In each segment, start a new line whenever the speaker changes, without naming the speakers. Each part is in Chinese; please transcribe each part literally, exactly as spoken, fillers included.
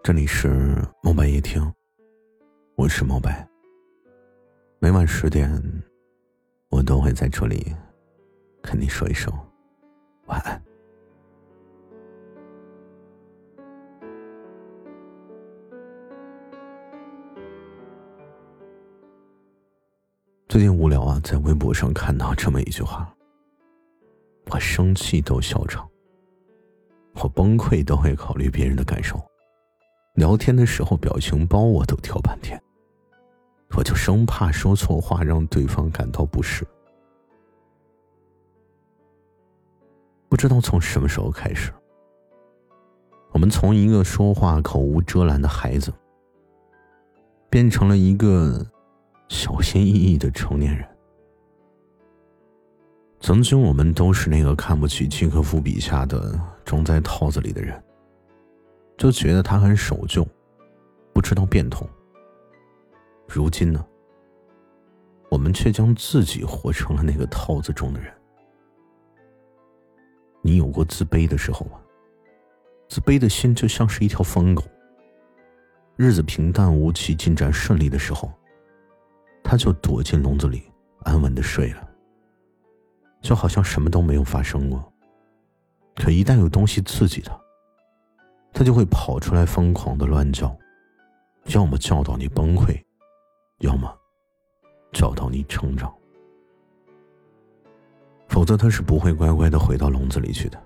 这里是猫白夜听，我是猫白。每晚十点，我都会在这里跟你说一声晚安。最近无聊啊，在微博上看到这么一句话：我生气都嚣张，我崩溃都会考虑别人的感受，聊天的时候表情包我都挑半天，我就生怕说错话让对方感到不适。不知道从什么时候开始，我们从一个说话口无遮拦的孩子，变成了一个小心翼翼的成年人。曾经我们都是那个看不起契诃夫笔下的装在套子里的人，就觉得他很守旧，不知道变通。如今呢，我们却将自己活成了那个套子中的人。你有过自卑的时候吗？自卑的心就像是一条疯狗，日子平淡无奇，进展顺利的时候，他就躲进笼子里安稳地睡了，就好像什么都没有发生过。可一旦有东西刺激他，他就会跑出来疯狂地乱叫，要么叫到你崩溃，要么叫到你成长，否则他是不会乖乖地回到笼子里去的。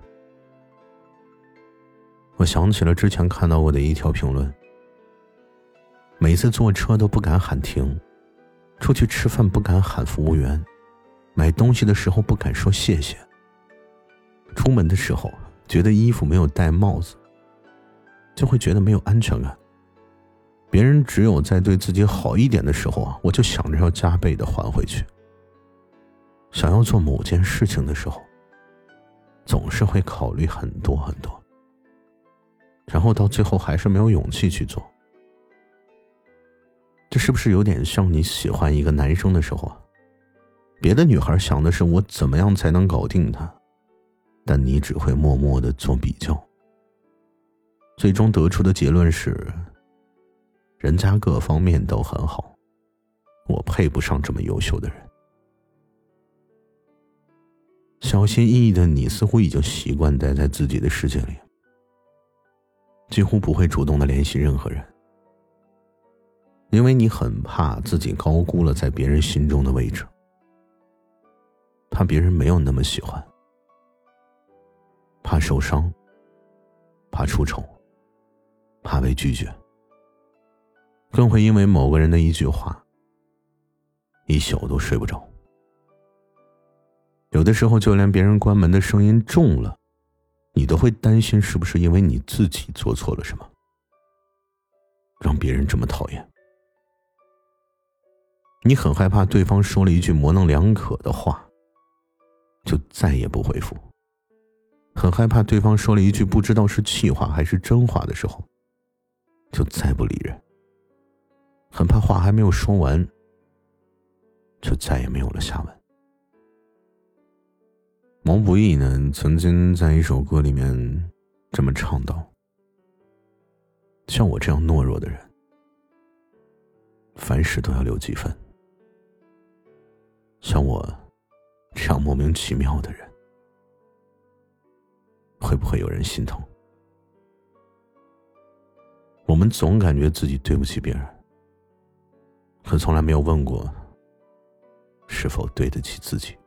我想起了之前看到过的一条评论：每次坐车都不敢喊停，出去吃饭不敢喊服务员，买东西的时候不敢说谢谢，出门的时候觉得衣服没有戴帽子，就会觉得没有安全感。别人只有在对自己好一点的时候啊，我就想着要加倍的还回去。想要做某件事情的时候，总是会考虑很多很多，然后到最后还是没有勇气去做。这是不是有点像你喜欢一个男生的时候啊？别的女孩想的是我怎么样才能搞定他，但你只会默默地做比较，最终得出的结论是，人家各方面都很好，我配不上这么优秀的人。小心翼翼的你似乎已经习惯待在自己的世界里，几乎不会主动的联系任何人，因为你很怕自己高估了在别人心中的位置，怕别人没有那么喜欢，怕受伤，怕出丑，怕被拒绝，更会因为某个人的一句话一宿都睡不着。有的时候就连别人关门的声音重了，你都会担心是不是因为你自己做错了什么，让别人这么讨厌。你很害怕对方说了一句模棱两可的话就再也不回复，很害怕对方说了一句不知道是气话还是真话的时候就再不理人，很怕话还没有说完就再也没有了下文。毛不易呢，曾经在一首歌里面这么唱道：像我这样懦弱的人，凡事都要留几分，像我这样莫名其妙的人，会不会有人心疼？我们总感觉自己对不起别人，可从来没有问过是否对得起自己。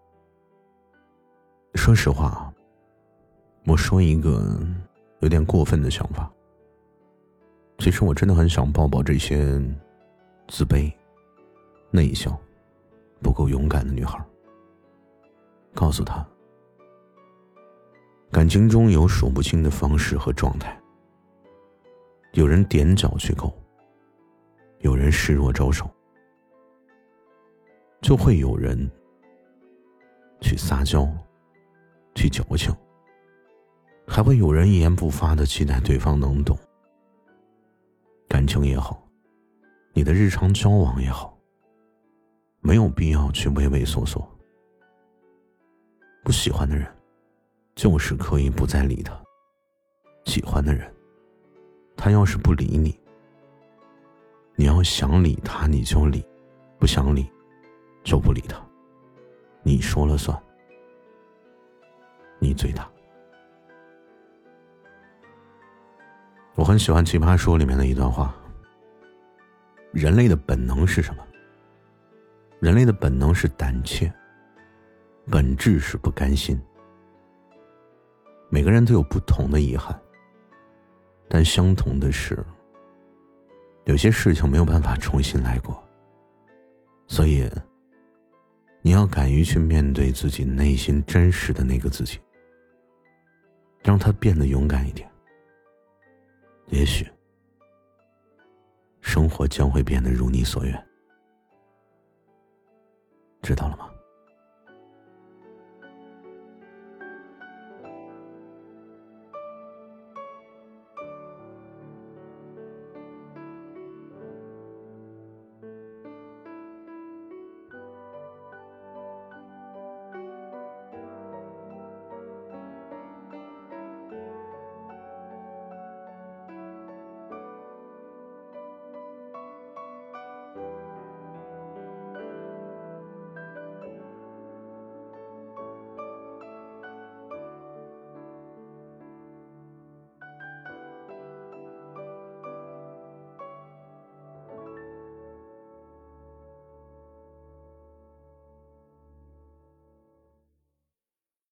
说实话，我说一个有点过分的想法，其实我真的很想抱抱这些自卑、内向、不够勇敢的女孩，告诉她，感情中有数不清的方式和状态，有人踮脚去够，有人示弱招手，就会有人去撒娇，去矫情，还会有人一言不发地期待对方能懂。感情也好，你的日常交往也好，没有必要去畏畏缩缩。不喜欢的人就是可以不再理他，喜欢的人他要是不理你，你要想理他你就理，不想理就不理他，你说了算，你最大。我很喜欢《奇葩说》里面的一段话，人类的本能是什么？人类的本能是胆怯，本质是不甘心。每个人都有不同的遗憾，但相同的是，有些事情没有办法重新来过。所以你要敢于去面对自己内心真实的那个自己，让他变得勇敢一点，也许生活将会变得如你所愿。知道了吗？